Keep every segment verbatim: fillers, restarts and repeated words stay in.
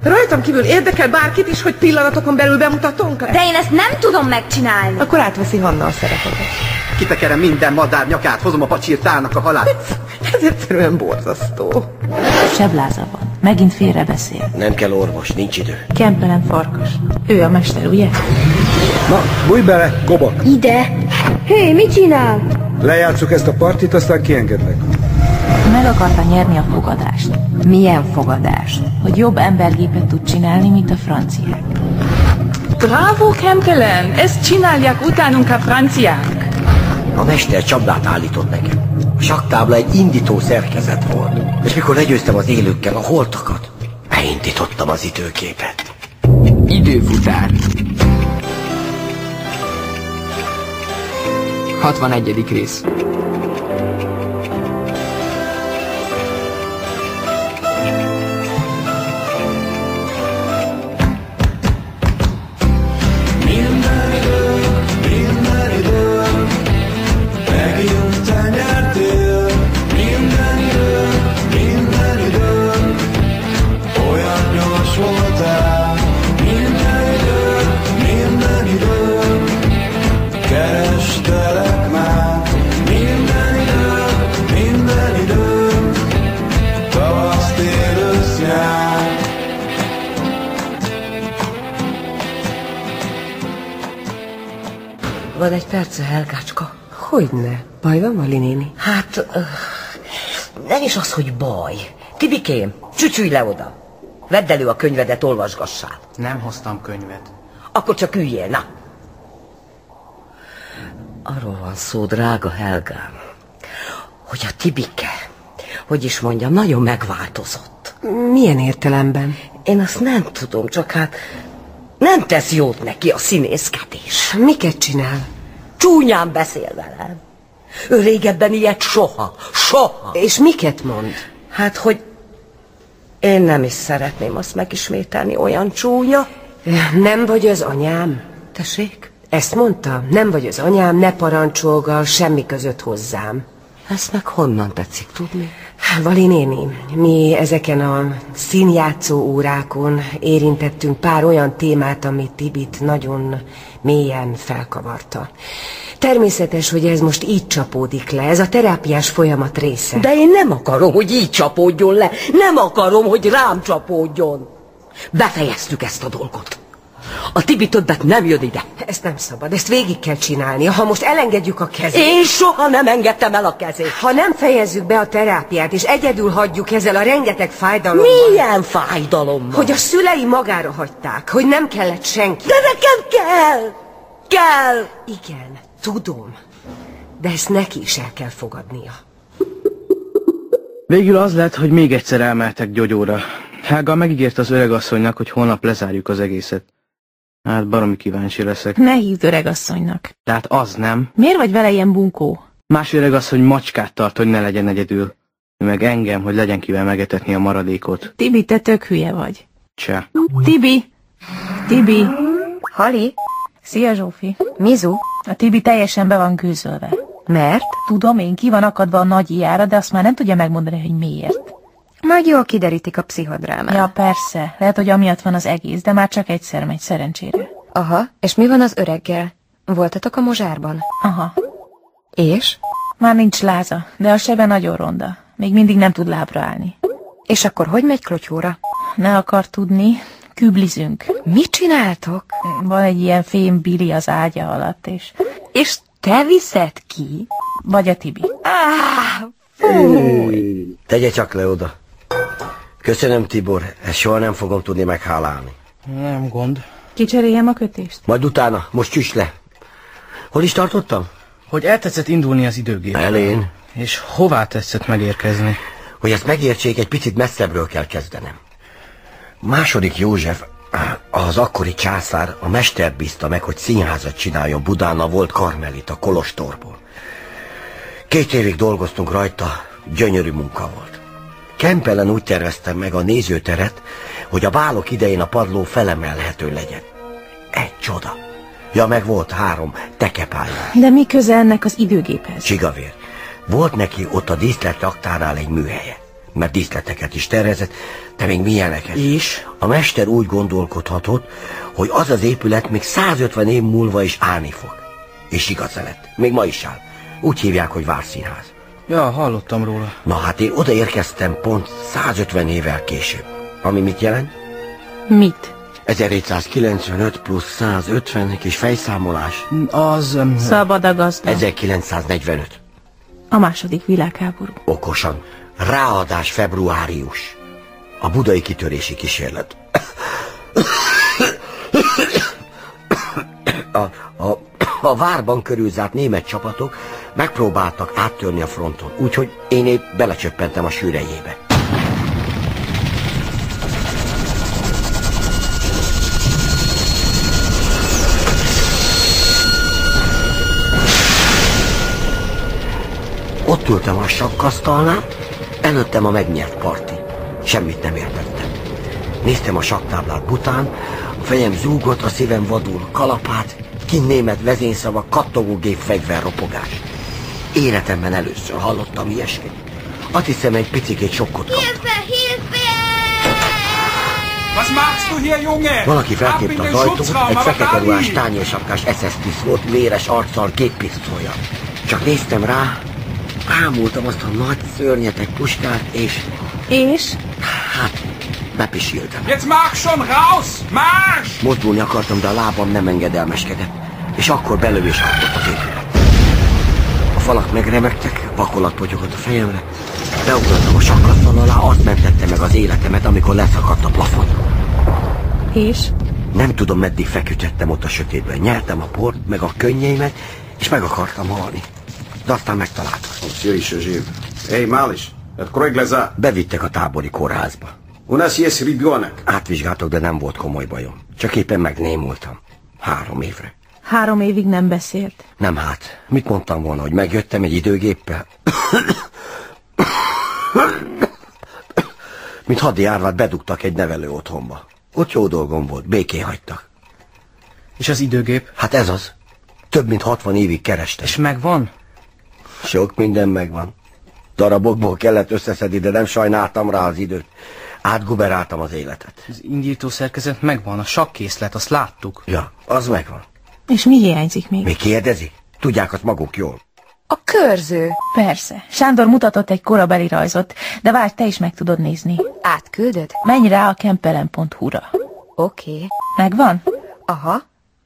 Rajtam kívül érdekel bárkit is, hogy pillanatokon belül bemutatónk lesz? De én ezt nem tudom megcsinálni. Akkor átveszi Hanna a szerepetet. Kitekerem minden madár nyakát, hozom a pacsirtának a halált. Ez egyszerűen borzasztó. Sebláza van. Megint félre beszél. Nem kell orvos, nincs idő. Kempelen farkas. Ő a mester, ugye? Na, bújj bele, gobak! Ide! Hé, mit csinál? Lejátszuk ezt a partit, aztán kiengedlek. Meg akarta nyerni a fogadást. Milyen fogadást? Hogy jobb embergépet tud csinálni, mint a franciák. Bravo, Kempelen! Ezt csinálják utánunk a franciák. A mester csapdát állított nekem. A sakktábla egy indító szerkezet volt. És mikor legyőztem az élőkkel a holtakat, beindítottam az időképet. Időfutár. hatvanegyedik rész. Van egy perce, Helgácska? Hogyne? Baj van, Vali néni? Hát, uh, nem is az, hogy baj. Tibikém, csücsülj le oda. Vedd elő a könyvedet, olvasgassál. Nem hoztam könyvet. Akkor csak üljél, na. Arról van szó, drága Helgám, hogy a Tibike, hogy is mondjam, nagyon megváltozott. Milyen értelemben? Én azt nem tudom, csak hát nem tesz jót neki a színészkedés. Miket csinál? Csúnyán beszél velem. Ő régebben ilyet soha, soha. És miket mond? Hát, hogy én nem is szeretném azt megismételni, olyan csúnya. Nem vagy az anyám? Tessék? Ezt mondta? Nem vagy az anyám, ne parancsolgal, semmi között hozzám. Ezt meg honnan tetszik tudni? Vali néni, mi ezeken a színjátszó órákon érintettünk pár olyan témát, ami Tibit nagyon mélyen felkavarta. Természetes, hogy ez most így csapódik le, ez a terápiás folyamat része. De én nem akarom, hogy így csapódjon le, nem akarom, hogy rám csapódjon. Befejeztük ezt a dolgot. A Tibi többet nem jön ide. Ezt nem szabad, ezt végig kell csinálni. Ha most elengedjük a kezét... Én soha nem engedtem el a kezét. Ha nem fejezzük be a terápiát, és egyedül hagyjuk ezzel a rengeteg fájdalommal... Milyen fájdalommal? Hogy a szülei magára hagyták, hogy nem kellett senki. De nekem kell! Kell! Igen, tudom. De ezt neki is el kell fogadnia. Végül az lett, hogy még egyszer elmehetek Gyogyóra. Helga megígért az öregasszonynak, hogy holnap lezárjuk az egészet. Hát baromi kíváncsi leszek. Ne hívd öregasszonynak. Tehát az nem. Miért vagy vele ilyen bunkó? Más öregasszony macskát tart, hogy ne legyen egyedül. Meg engem, hogy legyen kivel megetetni a maradékot. Tibi, te tök hülye vagy. Cseh. Tibi! Tibi! Hali? Szia, Zsófi. Mizu? A Tibi teljesen be van gőzölve. Mert? Tudom én, ki van akadva a nagy ijára, de azt már nem tudja megmondani, hogy miért. Majd jól kiderítik a pszichodrámát. Ja, persze. Lehet, hogy amiatt van az egész, de már csak egyszer megy, szerencsére. Aha, és mi van az öreggel? Voltatok a mozsárban? Aha. És? Már nincs láza, de a sebe nagyon ronda. Még mindig nem tud lábra állni. És akkor hogy megy klotyóra? Ne akar tudni, küblizünk. Mit csináltok? Van egy ilyen fém bili az ágya alatt, és... És te viszed ki? Vagy a Tibi. Ah, fúj! Tegye csak le oda. Köszönöm, Tibor, ezt soha nem fogom tudni meghálálni. Nem gond. Kicseréljem a kötést? Majd utána, most csüss le. Hol is tartottam? Hogy eltetszett indulni az időgép. Elén. És hová tetszett megérkezni? Hogy ezt megértsék, egy picit messzebbről kell kezdenem. Második József, az akkori császár, a mestert bízta meg, hogy színházat csináljon Budán a volt karmelita kolostorból. Két évig dolgoztunk rajta, gyönyörű munka volt. Kempelen úgy terveztem meg a nézőteret, hogy a bálok idején a padló felemelhető legyen. Egy csoda. Ja, meg volt három tekepálya. De mi köze ennek az időgéphez? Csigavér. Volt neki ott a díszletraktárnál egy műhelye. mert díszleteket is tervezett, de még milyeneket. És? A mester úgy gondolkodhatott, hogy az az épület még százötven év múlva is állni fog. És igaza lett. Még ma is áll. Úgy hívják, hogy Várszínház. Ja, hallottam róla. Na hát én odaérkeztem pont százötven évvel később. Ami mit jelent? Mit? ezerhétszázkilencvenöt plusz százötven kis fejszámolás. Az... Um, Szabad a gazda. ezerkilencszáznegyvenöt. A második világháború. Okosan. Ráadás februárius. A budai kitörési kísérlet. A, a, a várban körülzárt német csapatok megpróbáltak áttörni a fronton, úgyhogy én épp belecsöppentem a sűrejébe. Ott ültem a sakkasztalnál, előttem a megnyert parti. Semmit nem értettem. Néztem a sakktáblát bután, a fejem zúgott, a szívem vadul kalapát, kint német vezényszava, kattogógép fegyverropogás. Életemben először hallottam ilyesmit. Azt hiszem, egy picikét sokkot kaptam. Hilfe, Hilfe! Was machst du hier, Junge? Valaki felképte az ajtót, egy fekete ruhás tányérsapkás es es tiszt volt, véres arccal, géppisztollyal. Csak néztem rá, ámultam azt a nagy szörnyetek puskát, és... És? Hát, bepisiltem. Jetzt marsch schon raus! Marsch! Mozdulni akartam, de a lábam nem engedelmeskedett, és akkor belövés áttott az épület. A falak megremegtek, vakolat potyogott a fejemre, beugrottam a sakkasztal alá, azt mentette meg az életemet, amikor leszakadt a plafon. És? Nem tudom, meddig feküdtem ott a sötétben. Nyeltem a port, meg a könnyeimet, és meg akartam halni. De aztán megtaláltam. Все еще жив. Эй, малыш, открой глаза. Bevittek a tábori kórházba. У нас есть ребенок. Átvizsgáltak, de nem volt komoly bajom. Csak éppen megnémultam. Három évre. Három évig nem beszélt. Nem hát. Mit mondtam volna, hogy megjöttem egy időgéppel? Mint hadi árvát bedugtak egy nevelő otthonba. Ott jó dolgom volt, békén hagytak. És az időgép? Hát ez az. Több mint hatvan évig kerestem. És megvan? Sok minden megvan. Darabokból kellett összeszedni, de nem sajnáltam rá az időt. Átguberáltam az életet. Az indító szerkezet megvan, a sakkészlet, azt láttuk. Ja, az megvan. És mi hiányzik még? Még kérdezik? Tudják azt maguk jól. A körző. Persze. Sándor mutatott egy korabeli rajzot, de várj, te is meg tudod nézni. Átküldöd? Menj rá a kempelen pont hu-ra. Oké. Okay. Megvan? Aha.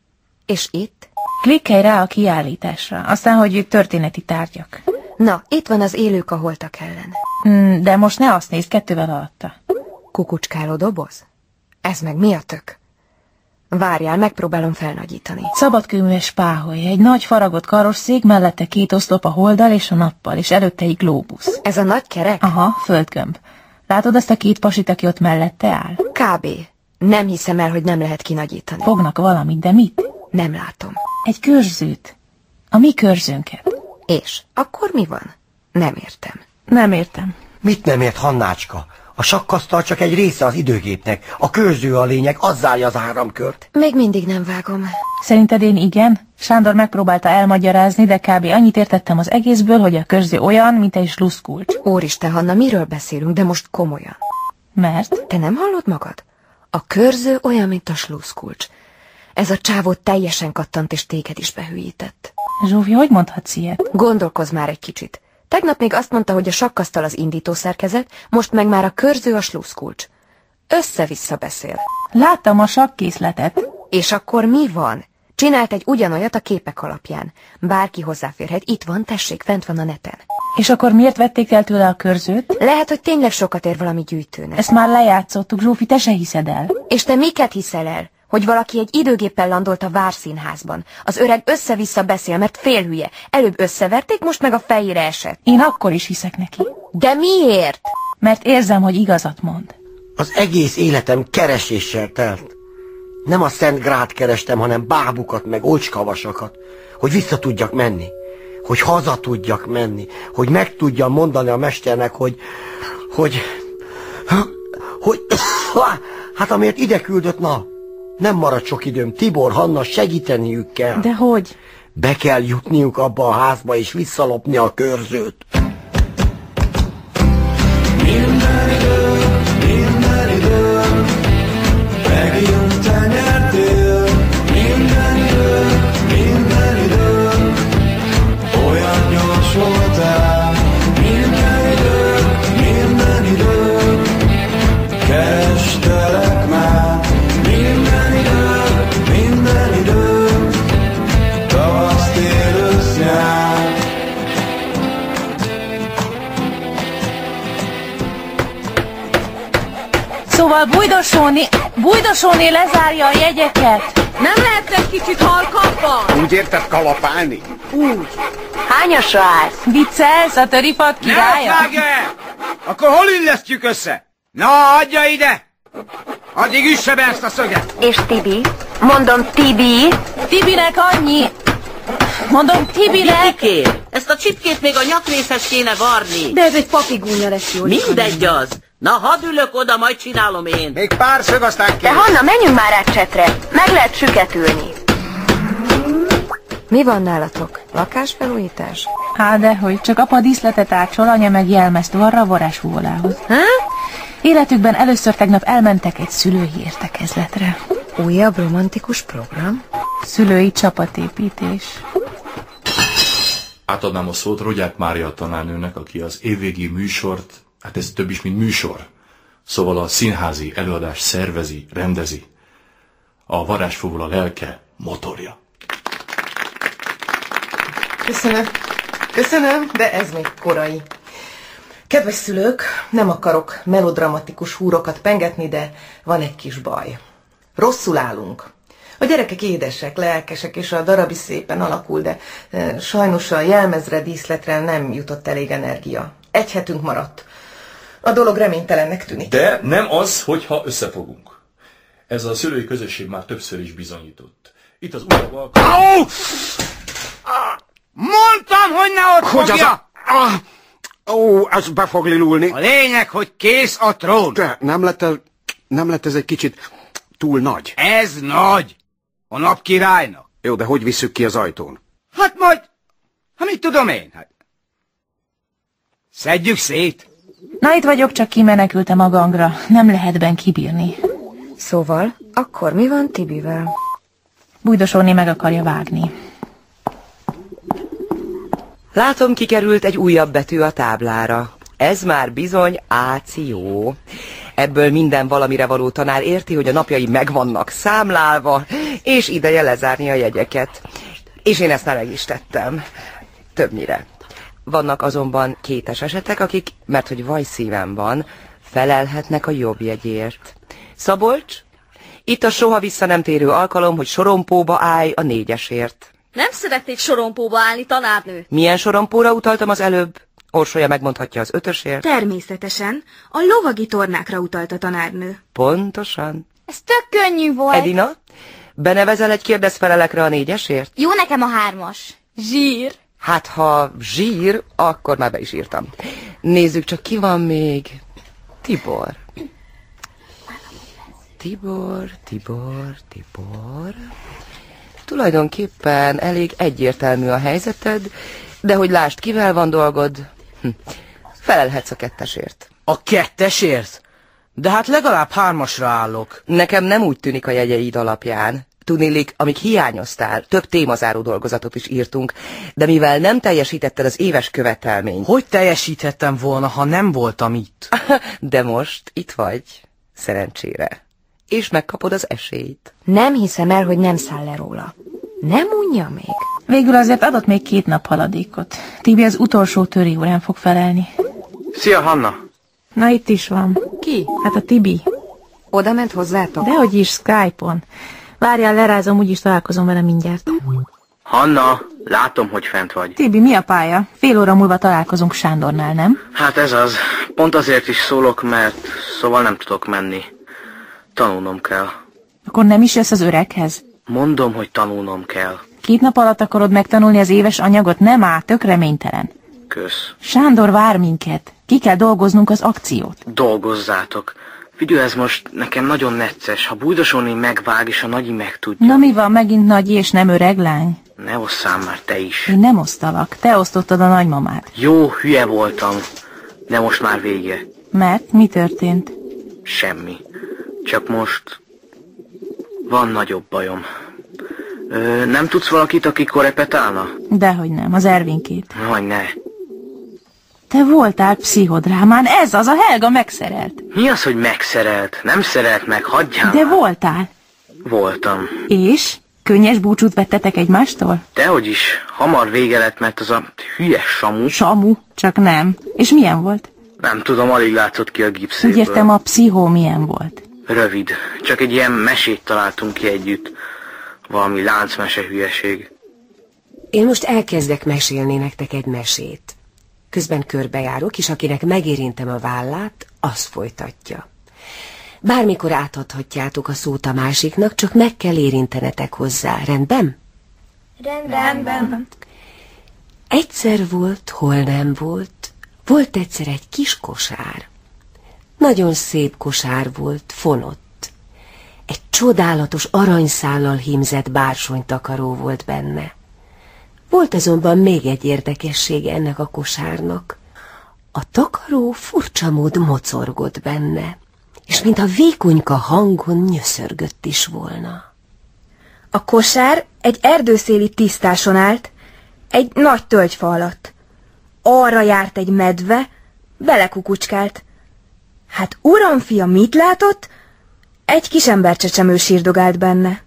És itt? Klikkelj rá a kiállításra, aztán, hogy történeti tárgyak. Na, itt van az élők a holtak ellen. Hmm, de most ne azt nézd, kettővel alatta. Kukucskáló doboz? Ez meg mi a tök? Várjál, megpróbálom felnagyítani. Szabadkőműves páholy, egy nagy faragott karosszék, mellette két oszlop a holddal és a nappal, és előtte egy glóbusz. Ez a nagy kerek? Aha, földgömb. Látod azt a két pasit, aki ott mellette áll? Kb. Nem hiszem el, hogy nem lehet kinagyítani. Fognak valamit, de mit? Nem látom. Egy körzőt. A mi körzőnket. És? Akkor mi van? Nem értem. Nem értem. Mit nem ért, Hannácska? A sakkasztal csak egy része az időgépnek. A körző a lényeg, az zárja az áramkört. Még mindig nem vágom. Szerinted én igen? Sándor megpróbálta elmagyarázni, de kb. Annyit értettem az egészből, hogy a körző olyan, mint egy sluszkulcs. Úristen, Hanna, miről beszélünk, de most komolyan. Mert? Te nem hallod magad? A körző olyan, mint a sluszkulcs. Ez a csávó teljesen kattant, és téged is behűített. Zsófi, hogy mondhatsz ilyet? Gondolkozz már egy kicsit. Tegnap még azt mondta, hogy a sakkasztal az indítószerkezet, most meg már a körző a sluszkulcs. Össze-vissza beszél. Láttam a sakkészletet. És akkor mi van? Csinált egy ugyanolyat a képek alapján. Bárki hozzáférhet, itt van, tessék, fent van a neten. És akkor miért vették el tőle a körzőt? Lehet, hogy tényleg sokat ér valami gyűjtőnek. Ezt már lejátszottuk, Zsófi, te se hiszed el. És te miket hiszel el? Hogy valaki egy időgéppel landolt a Várszínházban. Az öreg össze-vissza beszél, mert félhülye. Előbb összeverték, most meg a fejére esett. Én akkor is hiszek neki. De miért? Mert érzem, hogy igazat mond. Az egész életem kereséssel telt. Nem a Szent Grát kerestem, hanem bábukat meg olcskavasakat, hogy vissza tudjak menni, hogy haza tudjak menni, hogy meg tudjam mondani a mesternek, hogy, hogy, hogy, hát amiért ide küldött, na, nem marad sok időm, Tibor, Hanna, segíteniük kell. De hogy? Be kell jutniuk abba a házba és visszalopni a körzőt. Szóval Bújdosóné, Bújdosóné lezárja a jegyeket. Nem lehet egy kicsit halkabban? Úgy érted kalapálni? Úgy. Hányasra állsz? Viccelsz, a töripad királya? Nerfláge! Akkor hol illesztjük össze? Na, adja ide! Addig üsse be ezt a szöget! És Tibi? Mondom, Tibi? Tibinek annyi... Mondom, Tibinek... Vitikém, ezt a csipkét még a nyakrészhez kéne varni. De ez egy papigúnya lesz, jól. Mindegy az. Na, hadd ülök oda, majd csinálom én. Még pár szög, aztán De Hanna, menjünk már át csetre. Meg lehet süketülni. Mi van nálatok? Lakásfelújítás? Á, dehogy, csak apa díszletet átsol, anya meg jelmezt varra a varázsfúvolához. Ha? Életükben először tegnap elmentek egy szülői értekezletre. Újabb romantikus program? Szülői csapatépítés. Átadnám a szót Rogyák Mária tanárnőnek, aki az évvégi műsort, hát ez több is, mint műsor, szóval a színházi előadás szervezi, rendezi. A varázsfúvola lelke motorja. Köszönöm. Köszönöm, de ez még korai. Kedves szülők, nem akarok melodramatikus húrokat pengetni, de van egy kis baj. Rosszul állunk. A gyerekek édesek, lelkesek, és a darab is szépen alakul, de e, sajnos a jelmezre, díszletre nem jutott elég energia. Egy hetünk maradt. A dolog reménytelennek tűnik. De nem az, hogyha összefogunk. Ez a szülői közösség már többször is bizonyított. Itt az újabb alkalom... Mondtam, hogy ne ott hogy fogja! Az a... Ó, ez be fog lilulni. A lényeg, hogy kész a trón. De nem lett, el... nem lett ez egy kicsit túl nagy? Ez nagy. A napkirálynak. Jó, de hogy visszük ki az ajtón? Hát majd... Hát mit tudom én? Hát... Szedjük szét. Na itt vagyok, csak kimenekültem a gangra. Nem lehet benn kibírni. Szóval, akkor mi van Tibivel? Bújdosóné meg akarja vágni. Látom, kikerült egy újabb betű a táblára. Ez már bizony áció. Ebből minden valamire való tanár érti, hogy a napjai meg vannak számlálva, és ideje lezárni a jegyeket. És én ezt már meg is tettem. Többnyire. Vannak azonban kétes esetek, akik, mert hogy vajszívem van, felelhetnek a jobb jegyért. Szabolcs, itt a soha vissza nem térő alkalom, hogy sorompóba állj a négyesért. Nem szeretnék sorompóba állni, tanárnő. Milyen sorompóra utaltam az előbb? Orsolya megmondhatja az ötösért. Természetesen. A lovagi tornákra utalt a tanárnő. Pontosan. Ez tök könnyű volt. Edina, benevezel egy kérdezfelelekre a négyesért? Jó nekem a hármas. Zsír. Hát ha zsír, akkor már be is írtam. Nézzük csak, ki van még. Tibor. Tibor, Tibor, Tibor... Tulajdonképpen elég egyértelmű a helyzeted, de hogy lásd, kivel van dolgod, hm. felelhetsz a kettesért. A kettesért? De hát legalább hármasra állok. Nekem nem úgy tűnik a jegyeid alapján. Tudniillik, amíg hiányoztál, több témazáró dolgozatot is írtunk, de mivel nem teljesítetted az éves követelményt... Hogy teljesíthettem volna, ha nem voltam itt? De most itt vagy, szerencsére. És megkapod az esélyt. Nem hiszem el, hogy nem száll le róla. Nem unja még? Végül azért adott még két nap haladékot. Tibi az utolsó töri órán fog felelni. Szia, Hanna! Na itt is van. Ki? Hát a Tibi. Oda ment hozzátok? Dehogy is, Skype-on. Várjál, lerázom, úgyis találkozom vele mindjárt. Hanna, látom, hogy fent vagy. Tibi, mi a pálya? Fél óra múlva találkozunk Sándornál, nem? Hát ez az. Pont azért is szólok, mert szóval nem tudok menni. Tanulnom kell. Akkor nem is jössz az öreghez? Mondom, hogy tanulnom kell. Két nap alatt akarod megtanulni az éves anyagot? Nem áll, tök reménytelen. Kösz. Sándor vár minket. Ki kell dolgoznunk az akciót. Dolgozzátok. Figyelj, ez most nekem nagyon necces. Ha Bújdosóné megvág, és a nagyi megtudja. Na mi van, megint nagy és nem öreg lány? Ne osszál már te is. Én nem osztalak, te osztottad a nagymamát. Jó, hülye voltam. De most már vége. Mert? Mi történt? Semmi. Csak most van nagyobb bajom. Ö, nem tudsz valakit, aki korepetálna? Dehogy nem, az Ervinkét. Vagy ne. Te voltál pszichodrámán, ez az, a Helga megszerelt. Mi az, hogy megszerelt? Nem szerelt meg, hagyjál. De voltál. Voltam. És? Könnyes búcsút vettetek egymástól? Dehogy is. Hamar vége lett, mert az a hülyes Samu. Samu? Csak nem. És milyen volt? Nem tudom, alig látszott ki a gipszéből. Úgy értem, a pszichó milyen volt? Rövid. Csak egy ilyen mesét találtunk ki együtt. Valami láncmese hülyeség. Én most elkezdek mesélni nektek egy mesét. Közben körbejárok, és akinek megérintem a vállát, az folytatja. Bármikor átadhatjátok a szót a másiknak, csak meg kell érintenetek hozzá. Rendben? Rendben. Rendben. Egyszer volt, hol nem volt. Volt egyszer egy kis kosár. Nagyon szép kosár volt, fonott. Egy csodálatos aranyszállal hímzett bársonytakaró volt benne. Volt azonban még egy érdekessége ennek a kosárnak. A takaró furcsa mód mocorgott benne, és mintha vékonyka hangon nyöszörgött is volna. A kosár egy erdőszéli tisztáson állt, egy nagy tölgyfa alatt. Arra járt egy medve, belekukucskált. Hát uramfia, mit látott? Egy kis embercsecsemő sírdogált benne.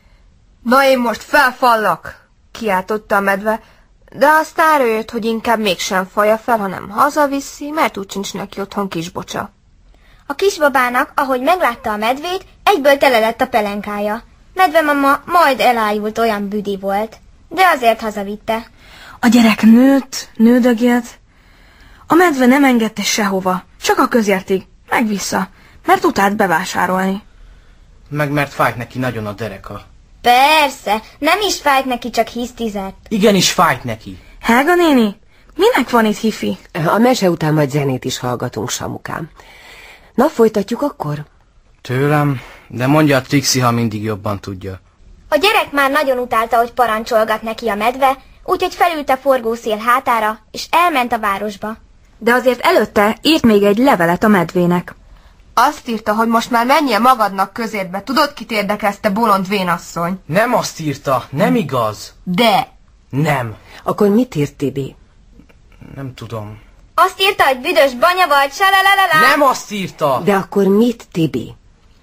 Na én most felfallak, kiáltotta a medve, de aztán rájött, hogy inkább mégsem falja fel, hanem hazaviszi, mert úgy sincs neki otthon kisbocsa. A kisbabának, ahogy meglátta a medvét, egyből tele lett a pelenkája. Medvemama majd elájult, olyan büdi volt, de azért hazavitte. A gyerek nőtt, nődögélt. A medve nem engedte sehova, csak a közértig, meg vissza, mert utált bevásárolni. Meg mert fájt neki nagyon a dereka. Persze, nem is fájt neki, csak hisztizett. Igenis fájt neki. Helga néni, minek van itt hifi? A mese után majd zenét is hallgatunk, Samukám. Na, folytatjuk akkor? Tőlem, de mondja a Trixie, ha mindig jobban tudja. A gyerek már nagyon utálta, hogy parancsolgat neki a medve, úgyhogy felült a forgószél hátára, és elment a városba. De azért előtte írt még egy levelet a medvének. Azt írta, hogy most már menjél magadnak közértbe. Tudod, kit érdekezte bolond vénasszony? Nem azt írta, nem igaz. De. Nem. Akkor mit írt Tibi? Nem tudom. Azt írta, hogy büdös banya vagy, salalalala. Nem azt írta. De akkor mit, Tibi?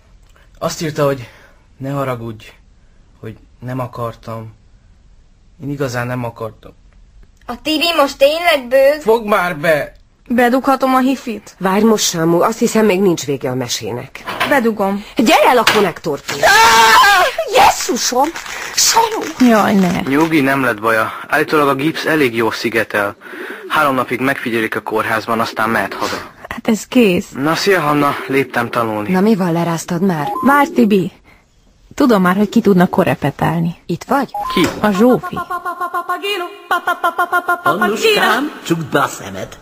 Azt írta, hogy ne haragudj, hogy nem akartam. Én igazán nem akartam. A Tibi most tényleg bőg? Fogd már be! Bedughatom a hifit? Várj most, Samu, azt hiszem még nincs vége a mesének. Bedugom. Gyere el a konnektortól! Jesszusom! Samu! Jaj, ne. Nyugi, nem lett baja. Állítólag a gipsz elég jó szigetel. Három napig megfigyelik a kórházban, aztán mehet haza. Hát ez kész. Na, szia, Hanna, léptem tanulni. Na, mival leráztad már? Várj, Tibi. Tudom már, hogy ki tudna korepetálni. Itt vagy? Ki? A Zsófi. Annuskám, csukd be a szemed.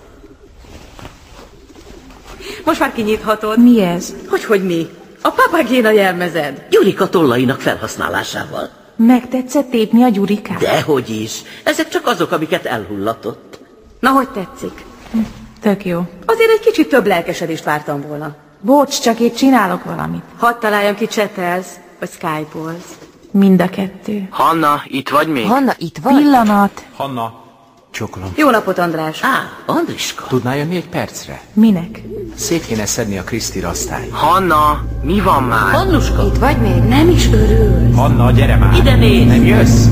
Most már kinyithatod. Mi ez? Hogyhogy mi? A papagéna jelmezed. Gyurika tollainak felhasználásával. Megtetszett tépni a Gyurikát? Dehogy is. Ezek csak azok, amiket elhullatott. Na, hogy tetszik? Tök jó. Azért egy kicsit több lelkesedést vártam volna. Bocs, csak én csinálok valamit. Hadd találjam ki, csetelsz, vagy skype-olsz. Mind a kettő. Hanna, itt vagy még? Hanna, itt vagy? Pillanat. Hanna, csokolom. Jó napot, András. Á, Andriska. Tudnál jönni egy percre? Minek? Szét kéne szedni a Kriszti rasztályt. Hanna, mi van már? Annuska. Itt vagy még? Nem is örül. Hanna, gyere már! Ide nézz! Nem jössz?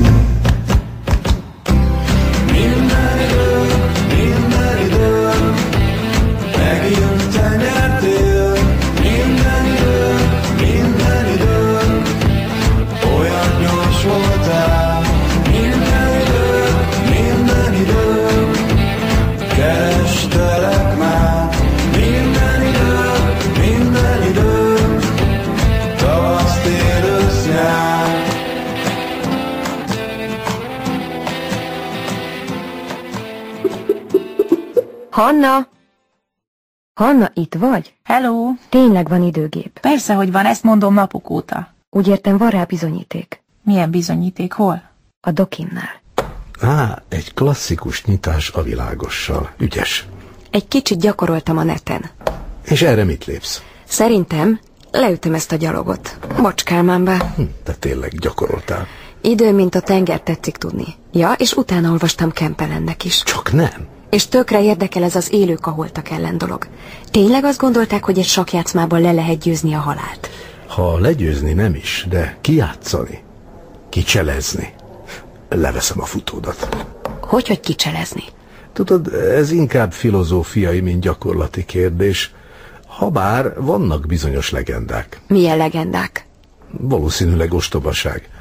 Hanna? Hanna, itt vagy? Hello. Tényleg van időgép? Persze, hogy van, ezt mondom napok óta. Úgy értem, van rá bizonyíték. Milyen bizonyíték? Hol? A dokinnál. Á, egy klasszikus nyitás a világossal. Ügyes. Egy kicsit gyakoroltam a neten. És erre mit lépsz? Szerintem leütöm ezt a gyalogot. Bocs, Kálmán be. Hm, de tényleg gyakoroltál. Idő, mint a tenger, tetszik tudni. Ja, és utána olvastam Kempelennek is. Csak nem. És tökre érdekel ez az élők a holtak ellen dolog. Tényleg azt gondolták, hogy egy sakkjátszmában le lehet győzni a halált? Ha legyőzni nem is, de kijátszani, kicselezni. Leveszem a futódat. Hogy, hogy kicselezni? Tudod, ez inkább filozófiai, mint gyakorlati kérdés. Habár vannak bizonyos legendák. Milyen legendák? Valószínűleg ostobaság.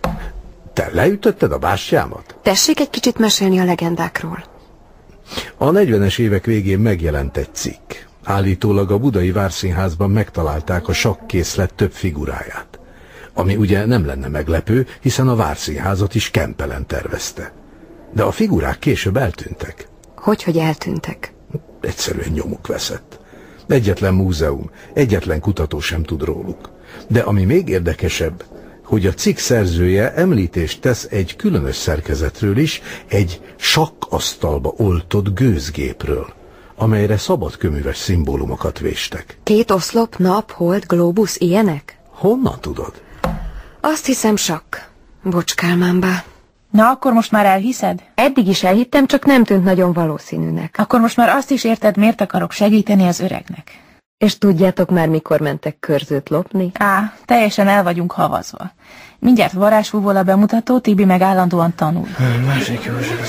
Te leütötted a bástyámat? Tessék egy kicsit mesélni a legendákról. A negyvenes évek végén megjelent egy cikk. Állítólag a Budai Várszínházban megtalálták a sakkészlet több figuráját. Ami ugye nem lenne meglepő, hiszen a Várszínházat is Kempelen tervezte. De a figurák később eltűntek. Hogy, hogy eltűntek? Egyszerűen nyomuk veszett. Egyetlen múzeum, egyetlen kutató sem tud róluk. De ami még érdekesebb, hogy a cikk szerzője említést tesz egy különös szerkezetről is, egy sakkasztalba oltott gőzgépről, amelyre szabadkőműves szimbólumokat véstek. Két oszlop, nap, hold, glóbusz, ilyenek? Honnan tudod? Azt hiszem sakk. Bocs, Kálmánbá. Na, akkor most már elhiszed? Eddig is elhittem, csak nem tűnt nagyon valószínűnek. Akkor most már azt is érted, miért akarok segíteni az öregnek. És tudjátok már, mikor mentek körzőt lopni? Á, teljesen el vagyunk havazva. Mindjárt varázsfúvol a bemutató, Tibi meg állandóan tanul. Második József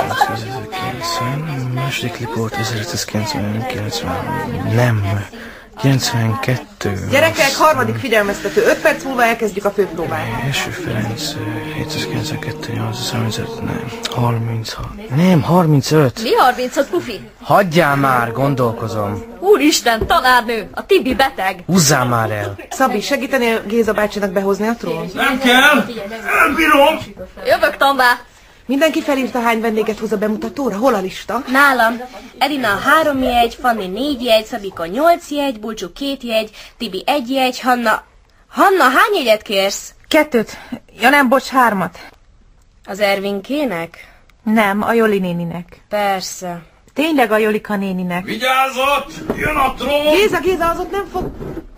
ezerötszázkilencven, második Lipót ezerötszázkilencven, nem, kilencvenkettő. Gyerekek, harmadik figyelmeztető, öt perc múlva elkezdjük a főpróbát. Első Ferenc, hétszázkilencvenkettő, nyolcszázharmincöt, nem, harminchat, nem, harmincöt. Mi harminchat, Pufi? Hagyjál már, gondolkozom. Úristen, tanárnő, a Tibi beteg. Húzzál már el. Szabi, segítenél Géza bácsinak behozni a trón? Nem kell, elbírom. Jövök, Tambá. Mindenki felírta, hány vendéget hoz a bemutatóra? Hol a lista? Nálam. Edina három jegy, Fanni négy jegy, Szabika nyolc jegy, Bulcsú két jegy, Tibi egy jegy, Hanna... Hanna, hány jegyet kérsz? Kettőt. Ja nem, bocs, hármat. Az Ervinkének? Nem, a Joli néninek. Persze. Tényleg a Jolika néninek. Vigyázzott! Jön a trón! Géza, Géza, az ott nem fog...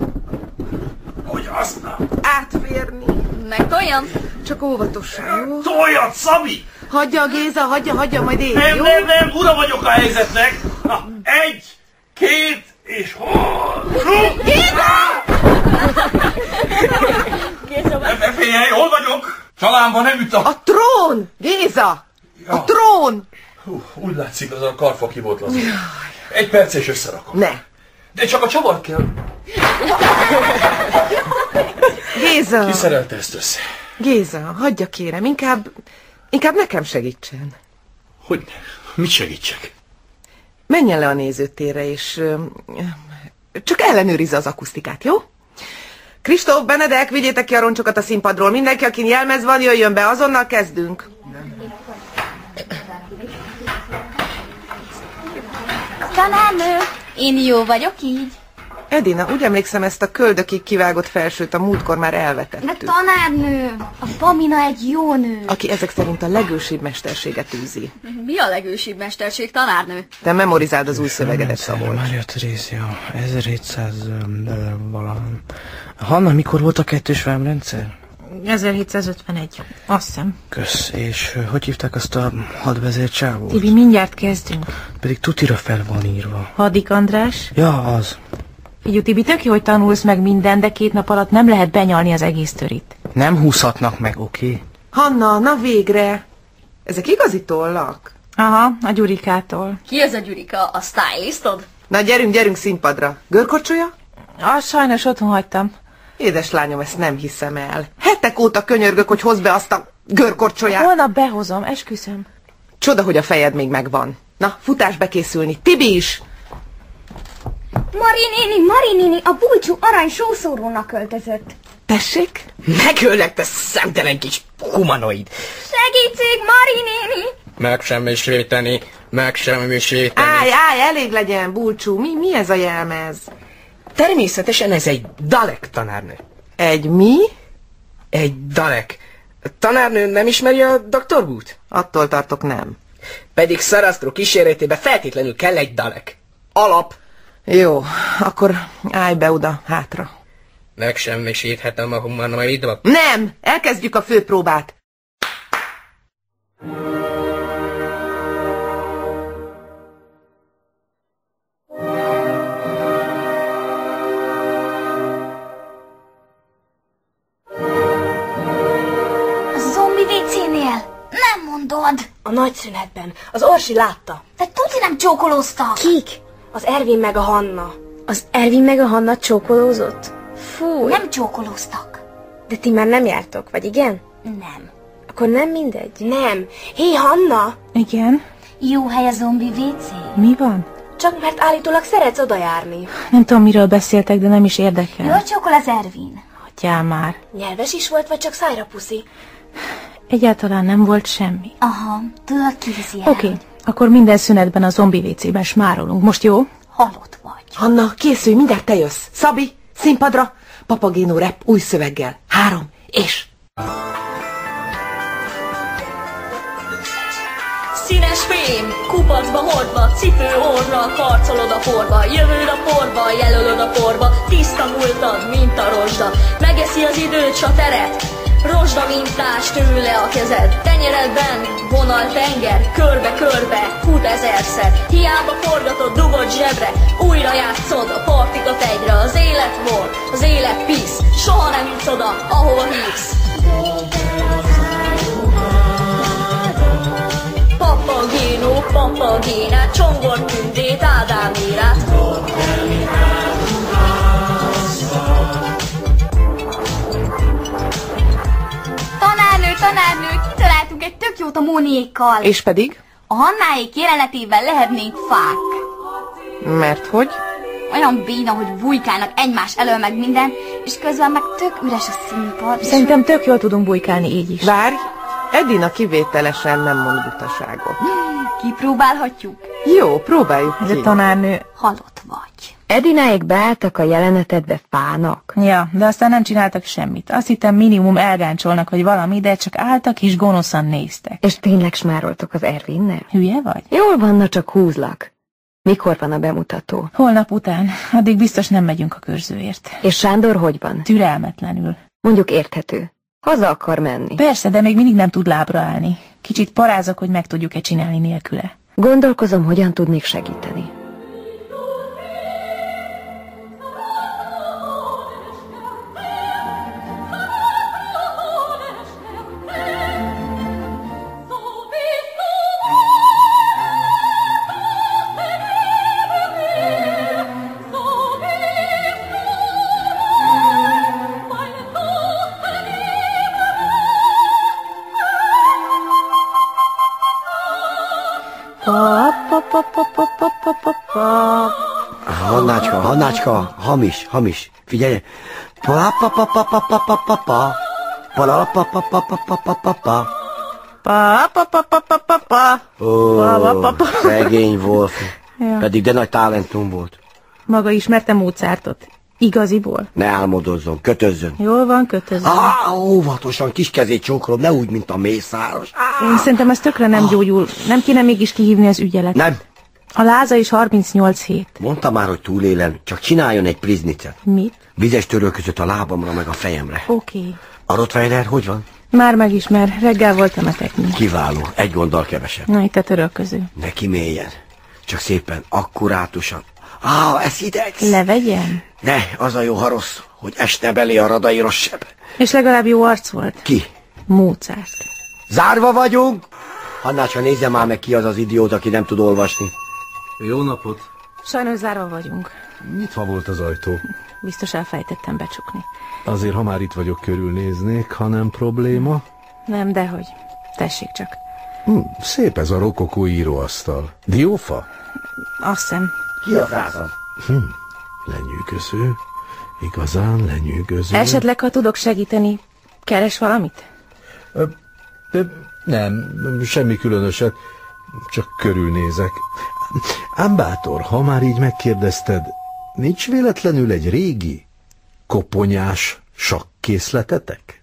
Hogy aztán? Átférni. Meg toljam? Csak óvatosan, jó? Toljad, Szabi! Hagyja a Géza, hagyja, hagyja, majd én, Nem, jó? nem, nem, ura vagyok a helyzetnek. Na, egy, két, és hol? Géza! Nem, ne féljelj, hol vagyok? Csalánban nem üt a... A trón! Géza! Ja. A trón! Hú, úgy látszik, az a karfa kibotlazott. Egy perc és összerakom. Ne! De csak a csavart kell. Géza! Ki szerelte ezt össze? Géza, hagyja kérem, inkább... Inkább nekem segítsen. Hogy mit segítsek? Menjen le a nézőtérre, és... Ö, csak ellenőrizze az akusztikát, jó? Kristóf, Benedek, vigyétek ki a roncsokat a színpadról. Mindenki, akin jelmez van, jöjjön be, azonnal kezdünk. Tanárnő, én jó vagyok így. Edina, úgy emlékszem, ezt a köldökig kivágott felsőt a múltkor már elvetettük. De tanárnő, a Pamina egy jó nő. Aki ezek szerint a legősibb mesterséget űzi. Mi a legősibb mesterség, tanárnő? Te memorizáld az új szövegedet, Szabolcs. Mária Terézia, ezerhétszáz valami. Hanna, mikor volt a kettős vámrendszer? ezerhétszázötvenegy. Azt hiszem. Kösz, és uh, hogy hívták azt a hadvezér csávót? Tibi, mindjárt kezdünk. Pedig tutira fel van írva. Hadik András. Ja, az. Figyelj, Tibi, tök jó, hogy tanulsz meg minden, de két nap alatt nem lehet benyalni az egész törit. Nem húzhatnak meg, oké? Okay? Hanna, na végre! Ezek igazi tollak? Aha, a Gyurikától. Ki ez a Gyurika? A stylistod? Na gyerünk, gyerünk színpadra. Görkorcsolya? Ah, sajnos otthon hagytam. Édes lányom, ezt nem hiszem el. Hetek óta könyörgök, hogy hozd be azt a görkorcsolyát. Holnap behozom, esküszöm. Csoda, hogy a fejed még megvan. Na, futás bekészülni. Tibi is! Mari néni, Mari néni, a Bulcsú arany sószórónak költözött. Tessék? Megöllek, te szemtelen kis humanoid. Segítség, Mari néni! Megsemmisíteni, megsemmisíteni. Állj, állj, elég legyen, Bulcsú. Mi, mi ez a jelmez? Természetesen ez egy Dalek, tanárnő. Egy mi? Egy Dalek. Tanárnő nem ismeri a doktor Woot? Attól tartok, nem. Pedig Sarastro kíséretébe feltétlenül kell egy Dalek. Alap. Jó, akkor állj be oda, hátra. Megsemmisíthetem a humanoidba? Nem! Elkezdjük a főpróbát. A zombi vécénél? Nem mondod! A nagy szünetben. Az Orsi látta. De tuti nem csókolóztak. Kik? Az Ervin meg a Hanna. Az Ervin meg a Hanna csókolózott? Fú. Nem csókolóztak. De ti már nem jártok, vagy igen? Nem. Akkor nem mindegy? Nem. Hé, Hanna! Igen? Jó hely a zombi vé cé. Mi van? Csak mert állítólag szeretsz oda járni. Nem tudom, miről beszéltek, de nem is érdekel. Jól csókol az Ervin. Hagyjál már. Nyelves is volt, vagy csak szájra puszi? Egyáltalán nem volt semmi. Aha, tudod, ki viszi el. Oké, okay. Akkor minden szünetben a zombi vé cében smárolunk. Most jó? Halott vagy. Hanna, készülj, mindjárt te jössz. Szabi, színpadra, Papagéno rap új szöveggel. Három, és... Színes fém, kupacba hordva, cipő orra, karcolod a porba, jövőd a porba, jelölöd a porba, tiszta múltad, mint a rozsda, megeszi az időt, s a teret, rozsda mintás tőle a kezed, tenyeredben vonal tenger, körbe-körbe, fut ezerszer, hiába forgatod, dugod zsebre, újra játszod a partikat egyre, az élet volt, az élet pisz, soha nem jutsz oda, ahova hisz. Papagéno, papagénát, csongor tündét, Ádámérát. Tanárnő, tanárnő, kitaláltunk egy tök jót a Móniékkal. És pedig? A Hannáék jelenetében lehetnénk fák. Mert hogy? Olyan béna, hogy bujkálnak egymás elől meg minden, és közben meg tök üres a színpad. Szerintem tök jól tudunk bujkálni így is. Várj, Edina kivételesen nem mond butaságot. Kipróbálhatjuk? Jó, próbáljuk Ez ki. a tanárnő. Halott vagy. Edináék beálltak a jelenetedbe fának. Ja, de aztán nem csináltak semmit. Azt hittem minimum elgáncsolnak, vagy valami, de csak álltak és gonoszan néztek. És tényleg smároltok az Ervinnel? Hülye vagy? Jól van, na csak húzlak. Mikor van a bemutató? Holnap után. Addig biztos nem megyünk a körzőért. És Sándor hogy van? Türelmetlenül. Mondjuk érthető. Haza akar menni. Persze, de még mindig nem tud lábra állni. Kicsit parázok, hogy meg tudjuk-e csinálni nélküle. Gondolkozom, hogyan tudnék segíteni. Hannácska, Hannácska, hamis, hamis. Figyelj! Pa pa pa pa pa pa pa pa pa pa pa pa pa pa pa pa pa pa Pa pa pa pa pa pa pa. Ó, szegény Wolf. Pedig de nagy talentum volt. Maga ismerte Mozartot? Igaziból? Ne álmodozzon, kötözzön. Jól van, kötözzön. Á, óvatosan, kis kezét csókolom, ne úgy, mint a mészáros. Én szerintem ez tökre nem gyógyul. Nem kéne mégis kihívni az ügyelet. Nem. A láza is harmincnyolc hét. Mondta már, hogy túlélem, csak csináljon egy priznicet. Mit? Vizes törő között a lábamra, meg a fejemre. Oké. Okay. A Rottweiler hogy van? Már megismer, reggel voltam etetni. Kiváló, egy gonddal kevesebb. Na, itt a törölköző. Ne kiméljen. Csak szépen, akkurátusan. Á, ez hideg. Levegyem? Ne, az a jó, ha rossz, hogy esne belé a radairos seb. És legalább jó arc volt. Ki? Mozart. Zárva vagyunk? Hannácska, nézze már meg, ki az az idiót, aki nem tud olvasni. Jó napot. Sajnos zárva vagyunk. Nyitva volt az ajtó. Biztos elfejtettem becsukni. Azért, ha már itt vagyok, körülnéznék, ha nem probléma. Nem, dehogy. Tessék csak. Hm, szép ez a rokokó íróasztal. Diófa? Azt hiszem. Ki a fázam? Hm, lenyűgöző. Igazán lenyűgöző. Esetleg, ha tudok segíteni, keres valamit? Ö, ö, nem, semmi különöset. Csak körülnézek. Ám bátor, ha már így megkérdezted, nincs véletlenül egy régi, koponyás sakkészletetek?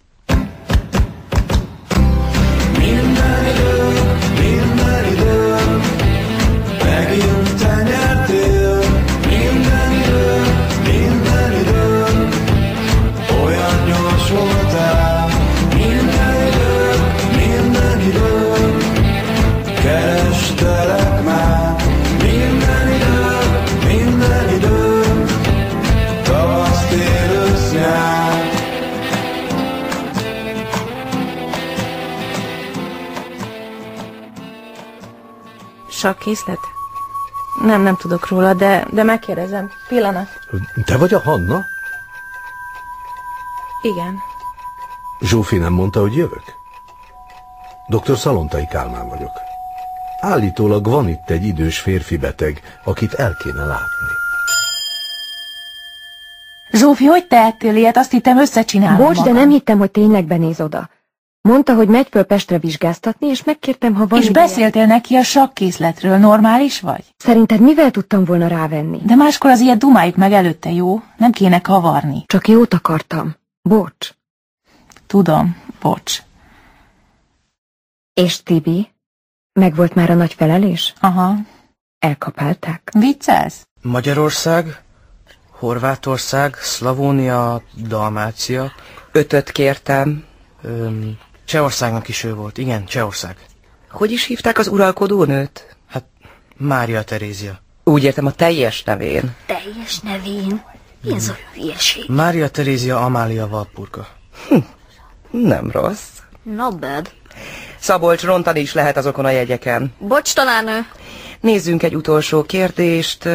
Minden idő, minden idő, megint te nyertél. Minden idő, minden idő, olyan gyors voltál. Minden idő, minden idő, kerestelek már. Minden idő, minden idő, tavasz, tél, ősz, nyár. Sakkészlet? Nem, nem tudok róla, de, de megkérdezem. Pillanat. Te vagy a Hanna? Igen. Zsófi nem mondta, hogy jövök? doktor Szalontai Kálmán vagyok. Állítólag van itt egy idős férfi beteg, akit el kéne látni. Zsófi, hogy tehettél ilyet? Azt hittem összecsinálom Bocs, magam. de nem hittem, hogy tényleg benéz oda. Mondta, hogy megy föl Pestre vizsgáztatni, és megkértem, ha van És ideje. beszéltél neki a sakkészletről, normális vagy? Szerinted mivel tudtam volna rávenni? De máskor az ilyet dumáljuk meg előtte, jó? Nem kéne kavarni. Csak jót akartam. Bocs. Tudom, bocs. És Tibi? Megvolt már a nagy felelés? Aha. Elkapálták? Viccelsz? Magyarország, Horvátország, Szlavónia, Dalmácia. Ötöt kértem. Öm, Csehországnak is ő volt. Igen, Csehország. Hogy is hívták az uralkodónőt? Hát, Mária Terézia. Úgy értem a teljes nevén. Teljes nevén? Mi ez a hülyeség? Mária Terézia Amália Walpurga. Hm, nem rossz. Not bad. Szabolcs, rontani is lehet azokon a jegyeken. Bocs, tanárnő. Nézzünk egy utolsó kérdést.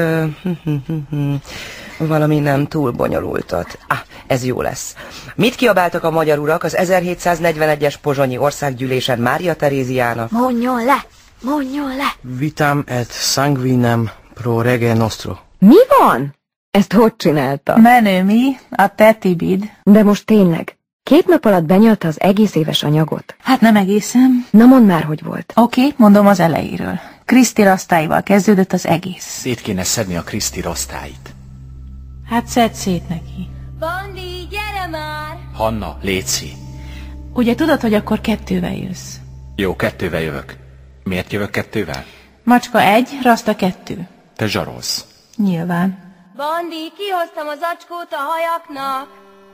Valami nem túl bonyolultat. Ah, ez jó lesz. Mit kiabáltak a magyar urak az ezerhétszáznegyvenegyes pozsonyi országgyűlésen Mária Teréziának? Mondjon le! Mondjon le! Vitam et sanguinem pro rege nostro. Mi van? Ezt hogy csinálta? Menő mi? A te Tibid. De most tényleg. Két nap alatt benyalta az egész éves anyagot. Hát nem egészen. Na mondd már, hogy volt. Oké, okay, mondom az elejéről. Kriszti rasztáival kezdődött az egész. Szét kéne szedni a Kriszti rasztáit. Hát szedd szét neki. Bandi, gyere már! Hanna, létszi. Ugye tudod, hogy akkor kettővel jössz? Jó, kettővel jövök. Miért jövök kettővel? Macska egy, raszta kettő. Te zsarolsz. Nyilván. Bandi, kihoztam az acskót a hajaknak.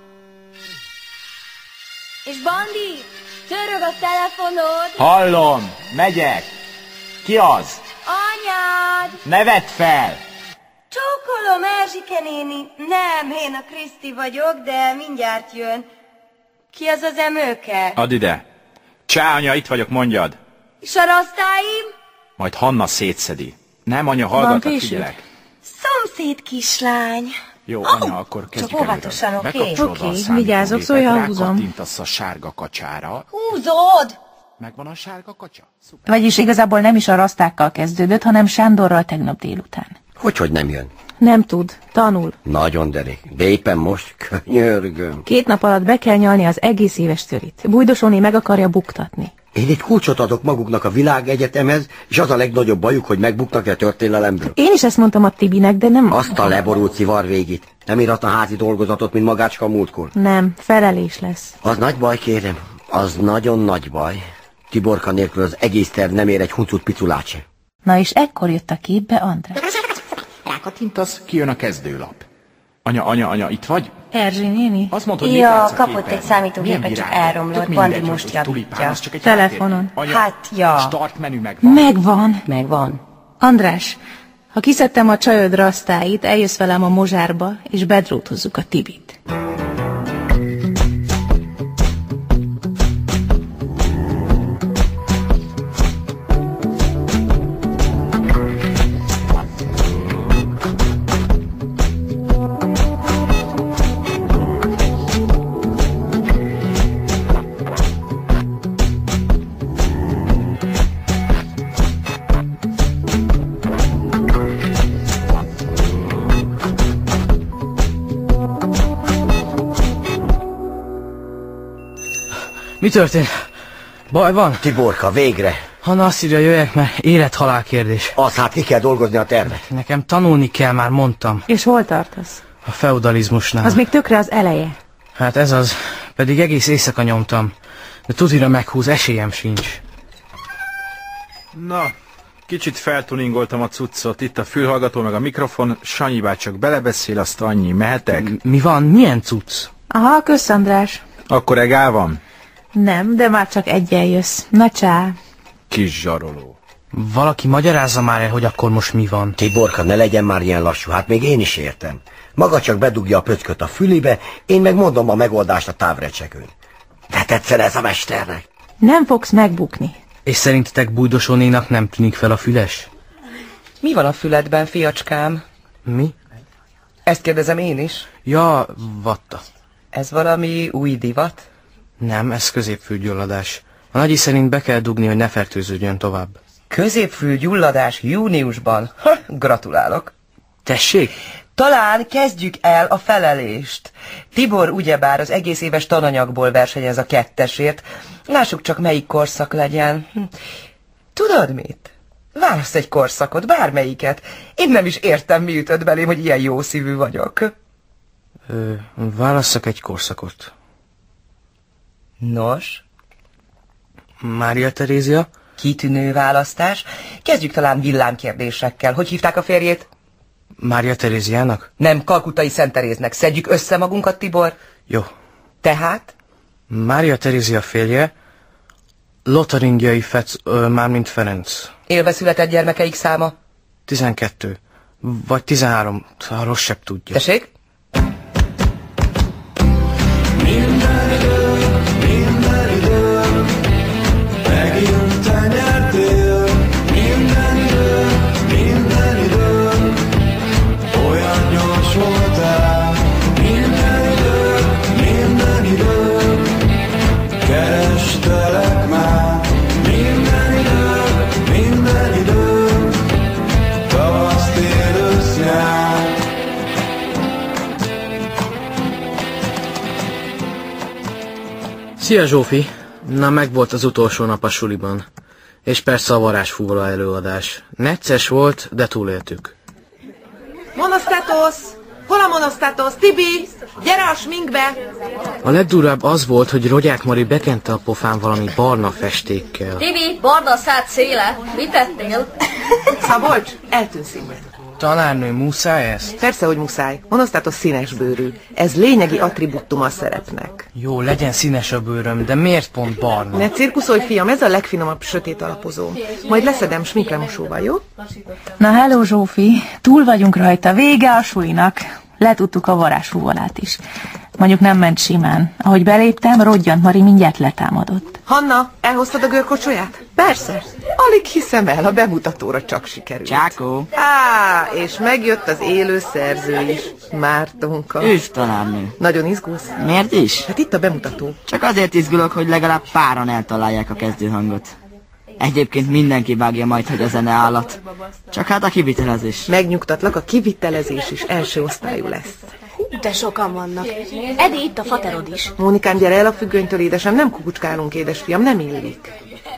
És Bandi, csörög a telefonod. Hallom, megyek. Ki az? Anyád! Ne vedd fel! Csókolom, Erzsike néni. Nem, én a Kriszti vagyok, de mindjárt jön. Ki az az emőke? Add ide. Csá, anya, itt vagyok, mondjad. És a rasztáim? Majd Hanna szétszedi. Nem, anya, hallgatlak, figyelek. Szomszéd kislány. Jó, anya, akkor kezdjük óvatosan, előről. oké? Bekapcsolod Oké, a számítógépet, vigyázok, szóval húzom. rákattintasz a sárga kacsára. Húzod! Megvan a sárga kacsa? Szuper. Vagyis igazából nem is a rasztákkal kezdődött, hanem Sándorral tegnap délután. Hogyhogy nem jön? Nem tud, tanul. Nagyon derék, de éppen most könyörgöm. Két nap alatt be kell nyalni az egész éves törit. Bújdosóné meg akarja buktatni. Én egy kulcsot adok maguknak a világegyetemhez, és az a legnagyobb bajuk, hogy megbuknak a történelemből. Én is ezt mondtam a Tibinek, de nem... Azt a leborult szivar végét. Nem íratna házi dolgozatot, mint magácska múltkor. Nem, felelés lesz. Az nagy baj, kérem. Az nagyon nagy baj. Tiborka nélkül az egész terv nem ér egy huncut piculát se. Na és ekkor jött a képbe András. Rákattintasz, kijön a kezdőlap. Anya, anya, anya, itt vagy? Erzsi néni? Azt mondta, hogy Ja, mit látsz a kapott képen? egy számítógépet, Milyen csak virágok? elromlott, Tök Bandi mindegy, most hogy javítja. tulipán, az csak egy Telefonon. háttér. Anya, Hát, ja. Start menü megvan. Megvan. Megvan. András, ha kiszedtem a csajod rasztáit, eljössz velem a mozsárba, és bedrótozzuk a Tibit. Mi történt? Baj van? Tiborka, végre. Hanna azt írja, jöjjek, mert élet-halál kérdés. Az, hát ki kell dolgozni a tervet. Nekem tanulni kell, már mondtam. És hol tartasz? A feudalizmusnál. Az még tökre az eleje. Hát ez az. Pedig egész éjszaka nyomtam. De tudira meghúz, esélyem sincs. Na, kicsit feltuningoltam a cuccot. Itt a fülhallgató meg a mikrofon. Sanyi bár csak belebeszél, azt annyi. Mehetek? Mi van? Milyen cucc? Aha, kösz András. Akkor egál van? Nem, de már csak egyen jössz. Na csá. Kis zsaroló. Valaki magyarázza már el, hogy akkor most mi van. Tiborka, ne legyen már ilyen lassú, hát még én is értem. Maga csak bedugja a pöcköt a fülibe, én meg mondom a megoldást a távrecsekőn. De tetszen ez a mesternek. Nem fogsz megbukni. És szerintetek Bújdosónénak nem tűnik fel a füles? Mi van a füledben, fiacskám? Mi? Ezt kérdezem én is. Ja, vatta. Ez valami új divat? Nem, ez középfülgyulladás. A nagyi szerint be kell dugni, hogy ne fertőződjön tovább. Középfülgyulladás júniusban? Ha, gratulálok. Tessék? Talán kezdjük el a felelést. Tibor ugyebár az egész éves tananyagból versenyez a kettesért. Lássuk csak, melyik korszak legyen. Tudod mit? Válasz egy korszakot, bármelyiket. Én nem is értem, mi ütött belém, hogy ilyen jó szívű vagyok. Ö, válasszak egy korszakot. Nos? Mária Terézia? Kitűnő választás. Kezdjük talán villámkérdésekkel. Hogy hívták a férjét? Mária Teréziának? Nem, Kalkutai Szent Teréznek. Szedjük össze magunkat, Tibor? Jó. Tehát? Mária Terézia férje, Lotaringiai Fec, ö, mármint Ferenc. Élve született gyermekeik száma? Tizenkettő. Vagy tizenhárom, a rosszabb tudja. Tessék? Minden idő, minden idő, megint te nyertél. Minden idő, minden idő, olyan gyors voltál. Minden idő, minden idő, kerestelek már. Minden idő, minden idő, tavasz, tél, ősz, nyár. Szia Zsófi! Na, megvolt az utolsó nap a suliban. És persze a varázsfúvola előadás. Necces volt, de túléltük. Monosztátosz! Hol a monosztátosz? Tibi! Gyere a sminkbe! A legdurvább az volt, hogy Rogyák Mari bekente a pofán valami barna festékkel. Tibi, barna a szád széle. Mit tettél? Szabolcs, eltűnsz innen. Tanárnő, muszáj ezt? Persze, hogy muszáj. Monosztátosz színes bőrű. Ez lényegi attribútum a szerepnek. Jó, legyen színes a bőröm, de miért pont barna? Ne cirkuszolj, fiam, ez a legfinomabb sötét alapozó. Majd leszedem sminklemosóval, jó? Na, hello Zsófi, túl vagyunk rajta, vége a sulinak. Letudtuk a varázsfúvolát is. Mondjuk nem ment simán. Ahogy beléptem, Rodgyant Mari mindjárt letámadott. Hanna, elhoztad a görkocsóját? Persze. Alig hiszem el, a bemutatóra csak sikerült. Csákó. Á, és megjött az élő szerző is. Mártonka. Üs tanárnő. Nagyon izgulsz? Miért is? Hát itt a bemutató. Csak azért izgulok, hogy legalább páran eltalálják a kezdőhangot. Egyébként mindenki vágja majd, hogy a zene állat. Csak hát a kivitelezés. Megnyugtatlak, a kivitelezés is első osztályú lesz. De sokan vannak. Edi, itt a faterod is. Mónikám, gyere el a függönytől, édesem, nem kukucskálunk, édesfiam, nem illik.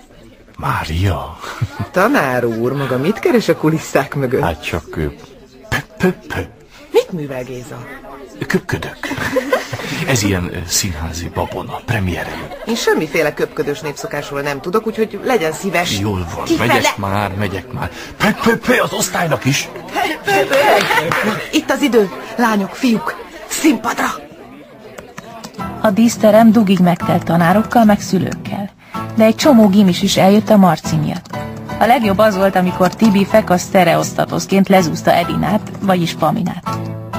Mária. Tanár úr, maga mit keres a kulisszák mögött? Hát csak ő... Pö-pö-pö. Mit művel Géza? Köpködök. Ez ilyen uh, színházi babona, premierem. Én semmiféle köpködős népszokásról nem tudok, úgyhogy legyen szíves. Jól van, Kifele... megyek már, megyek már. Pö-pö-pö, az osztálynak is. Itt az idő, lányok, fiúk, színpadra! A díszterem dugig megtelt tanárokkal, meg szülőkkel. De egy csomó gimis is eljött a Marci miatt. A legjobb az volt, amikor Tibi fekasz sztereosztatoszként lezúzta Edinát, vagyis Paminát.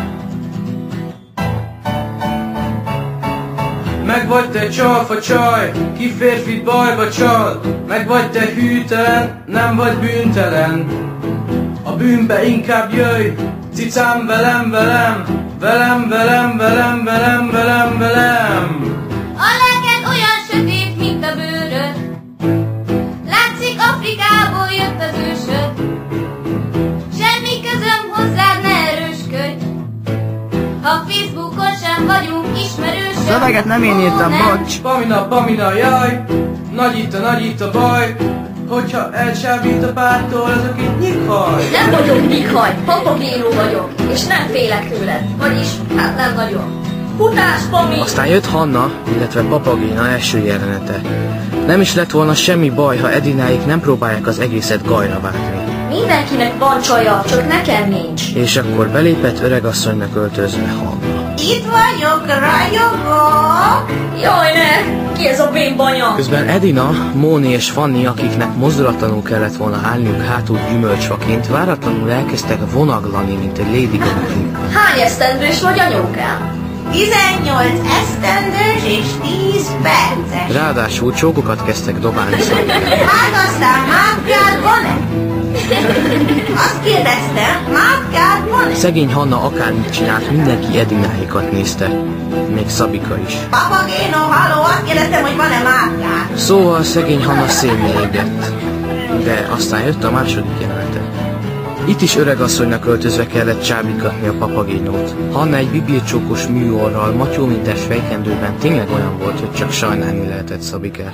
Meg vagy te csalfa csaj, ki férfi bajba csal. Meg vagy te hűtelen, nem vagy bűntelen. A bűnbe inkább jöjj, cicám velem, velem. Velem, velem, velem, velem, velem, velem. A lelked olyan sötét, mint a bőröd. Látszik, Afrikából jött az ősöd. Semmi közöm hozzád, ne erősködj. Ha Facebookon sem vagyunk ismerősök. Szöveget nem én írtam, bocs. Pamina, Pamina, jaj. Nagyít a, nagyít a baj. Hogyha elcsábít a pártól, az aki nyikhaj. Nem vagyok nyikhaj, papagénó vagyok, és nem félek tőled. Vagyis, hát nem nagyon. Futás, Pami! Aztán jött Hanna, illetve Papagéna első jelenete. Nem is lett volna semmi baj, ha Edináik nem próbálják az egészet gajra vágni. Mindenkinek van csaja, csak nekem nincs. És akkor belépett öregasszonynak öltözve Hanna. Itt vagyok, ragyogok! Jaj, ne! Ki ez a bénbanya? Közben Edina, Móni és Fanni, akiknek mozdulatlanul kellett volna állniuk hátul gyümölcsfaként, váratlanul elkezdtek vonaglani, mint egy Lady Gaga. Hány esztendős vagy, anyókám? tizennyolc esztendős és tíz perces. Ráadásul csókokat kezdtek dobálni szemben. Hát aztán hátrát van-e? Azt kérdeztem, mátkád van-e? Szegény Hanna akármit csinált, mindenki Edináékat nézte. Még Szabika is. Papagéno, halló, azt kérdeztem, hogy van-e mátkád? Szóval szegény Hanna szélni égett. De aztán jött a második jelenete. Itt is öregasszonynak öltözve kellett csábítgatni a papagénót. Hanna egy bibircsókos műorral, matyómintás fejkendőben tényleg olyan volt, hogy csak sajnálni lehetett Szabikát.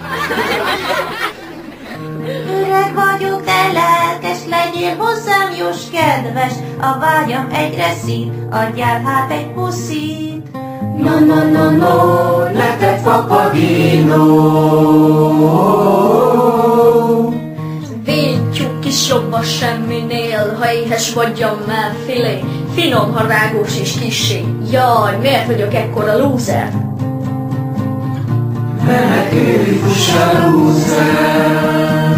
Öreg vagyok, te lelkes, legyél hozzám jós kedves, a vágyam egyre szít, adjál hát egy puszit. No, no, no, no, neked papagéno. Védjük kis jobb a semminél, ha éhes vagyam már filé, finom, ha rágós és kissé. Jaj, miért vagyok ekkora lúzer? Menekülj, fuss el, lúzer.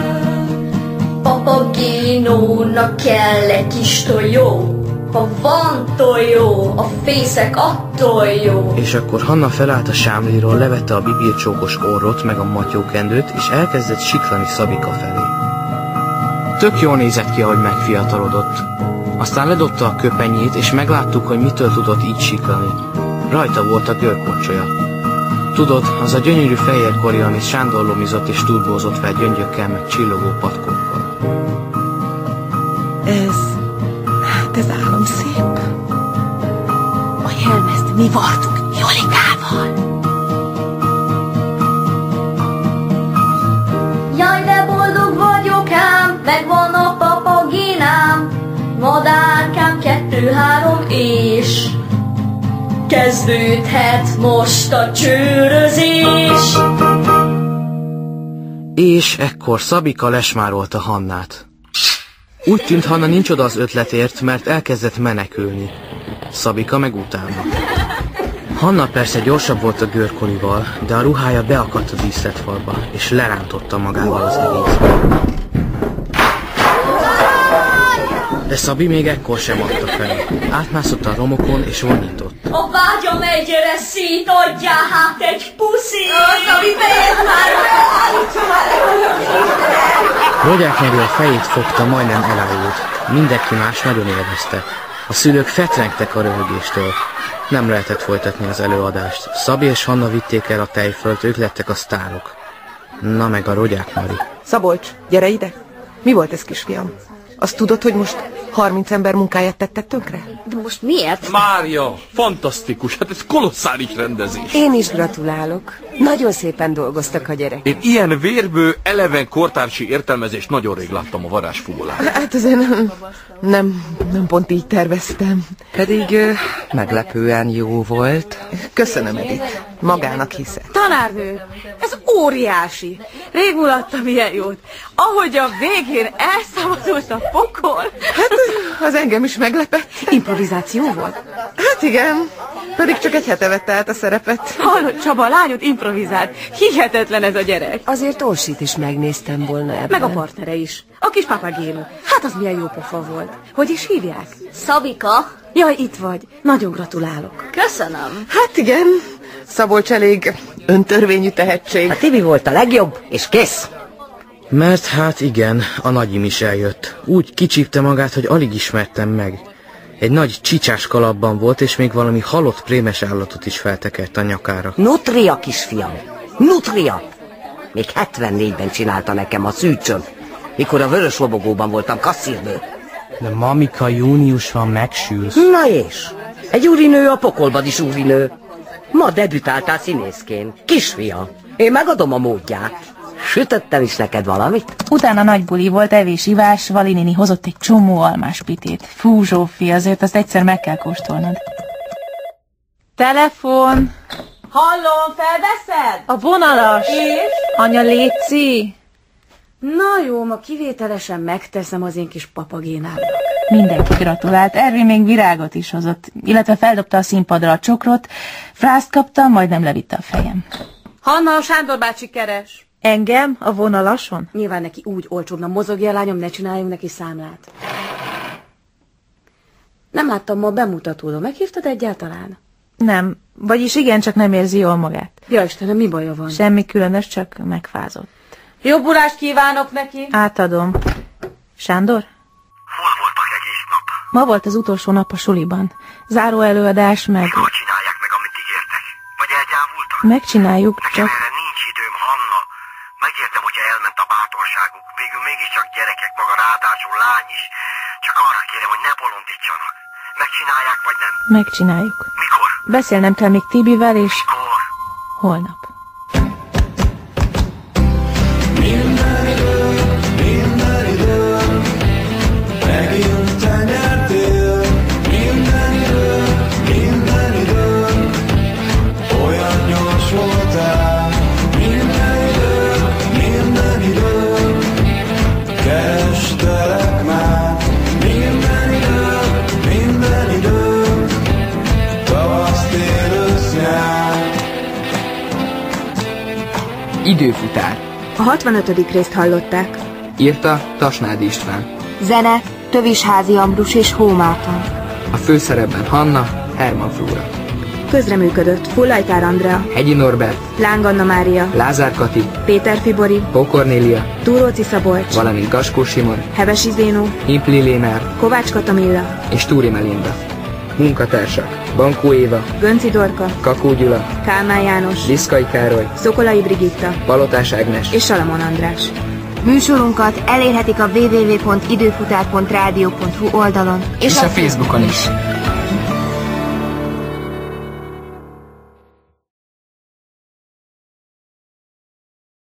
Papagénónak kell egy kis tojó, ha van tojó, a fészek attól jó. És akkor Hanna felállt a sámliról, levette a bibircsókos orrot meg a matyókendőt, és elkezdett siklani Szabika felé. Tök jól nézett ki, ahogy megfiatalodott. Aztán ledobta a köpenyét, és megláttuk, hogy mitől tudott így siklani. Rajta volt a görkorcsolya. Tudod, az a gyönyörű fehér kori, amit Sándor lomizott és turbózott fel gyöngyökkel meg csillogó patkókkal. Ez... hát ez álomszép. A jelmezt mi vartuk Jolikával. Jaj, de boldog vagyok ám, megvan a papagénám, madárkám kettő-három és kezdődhet most a csőrözés. És ekkor Szabika lesmárolta Hannát. Úgy tűnt, Hanna nincs oda az ötletért, mert elkezdett menekülni. Szabika meg utána. Hanna persze gyorsabb volt a görkolival, de a ruhája beakadt a díszletfalba, és lerántotta magával az egészet. De Szabi még ekkor sem adta fel. Átmászott a romokon és vonnított. A vágyam egyre szít, adjál hát egy puszit! Szabi, fejezd már! Állítsa már le! Rogyák Meri a fejét fogta, majdnem elájult. Mindenki más nagyon élvezte. A szülők fetrengtek a röhögéstől. Nem lehetett folytatni az előadást. Szabi és Hanna vitték el a tejfölt, ők lettek a sztárok. Na meg a Rogyák Mari. Szabolcs, gyere ide! Mi volt ez, kisfiam? Azt tudod, hogy most harminc ember munkáját tettek tönkre? De most miért? Mária, fantasztikus, hát ez kolosszális rendezés. Én is gratulálok. Nagyon szépen dolgoztak a gyerekek. Én ilyen vérbő, eleven kortársi értelmezést nagyon rég láttam a varázsfúvolán. Hát azért nem, nem, nem pont így terveztem. Pedig ö, meglepően jó volt. Köszönöm, Edith. Magának hiszed. Tanárnő, ez óriási. Rég mulattam ilyen jót. Ahogy a végén elszabadult a pokol. Hát, az engem is meglepett. Improvizáció volt? Hát igen, pedig csak egy hete vette át a szerepet. Hallod, Csaba, a lányod improvizált. Hihetetlen ez a gyerek. Azért Orsit is megnéztem volna ebben. Meg a partnere is. A kis papagéno. Hát az milyen jó pofa volt. Hogy is hívják? Szabika. Jaj, itt vagy. Nagyon gratulálok. Köszönöm. Hát igen, Szabolcs elég öntörvényű tehetség. A Tibi volt a legjobb, és kész. Mert hát igen, a nagyim is eljött. Úgy kicsípte magát, hogy alig ismertem meg. Egy nagy csicsás kalapban volt, és még valami halott prémes állatot is feltekert a nyakára. Nutria, kisfiam, Nutria! Még hetvennégyben csinálta nekem a szűcsöm, mikor a Vörös Lobogóban voltam kasszírnő. De mamika, júniusban megsülsz. Na és? Egy úrinő a pokolban is úrinő. Ma debütáltál színészként. Kisfiam, én megadom a módját. Sütöttem is neked valamit? Utána nagy buli volt, evés-ivás, Vali néni hozott egy csomó almáspitét. Fú, Zsófi, azért azt egyszer meg kell kóstolnod. Telefon. Hallom, felveszed? A vonalas. És? Anya, létszi. Na jó, ma kivételesen megteszem az én kis papagénámnak. Mindenki gratulált, Ervin még virágot is hozott, illetve feldobta a színpadra a csokrot, frászt kapta, majdnem levitte a fejem. Hanna, Sándor bácsi keres. Engem? A vonalason? Nyilván neki úgy olcsóbbna mozogja, lányom, ne csináljunk neki számlát. Nem láttam ma a bemutatódon, meghívtad egyáltalán? Nem, vagyis igen, csak nem érzi jól magát. Ja Istenem, mi baja van? Semmi különös, csak megfázott. Jobbulást kívánok neki! Átadom. Sándor? Ma volt az utolsó nap a suliban. Záró előadás, meg... Mikor csinálják meg, amit ígértek? Vagy elgyávultak? Megcsináljuk, Nekem csak... erre nincs időm, Hanna. Megértem, hogyha elment a bátorságuk. Végül mégiscsak gyerekek, maga ráadásul lány is. Csak arra kérem, hogy ne bolondítsanak. Megcsinálják, vagy nem? Megcsináljuk. Mikor? Beszélnem kell még Tibivel, és... Mikor? Holnap. Minden idő, minden idő, megint te nyertél. Minden idő, minden idő, olyan gyors voltál. Minden idő, minden idő, kerestelek már. Minden idő, minden idő, tavasz, tél, ősz, nyár. Időfutár. A hatvanötödik részt hallották. Írta Tasnádi István. Zene, Tövisházi Ambrus és Hómáton. A főszerepben Hanna, Herman Flóra. Közreműködött Fullajtár Andrea, Hegyi Norbert, Láng Anna Mária, Lázár Kati, Péter Fibori, Pó Kornélia, Túróci Szabolcs, valamint Gaskó Simon, Hevesi Zénó, Himpli Lénár Kovács Katamilla, és Túri Melinda. Munkatársak: Bankó Éva, Gönci Dorka, Kakó Gyula, Kálmán János, Liszkai Károly, Szokolai Brigitta Palotás Ágnes és Salamon András. Műsorunkat elérhetik a double-u double-u double-u pont időfutár pont rádió pont hu oldalon és, és a Facebookon is.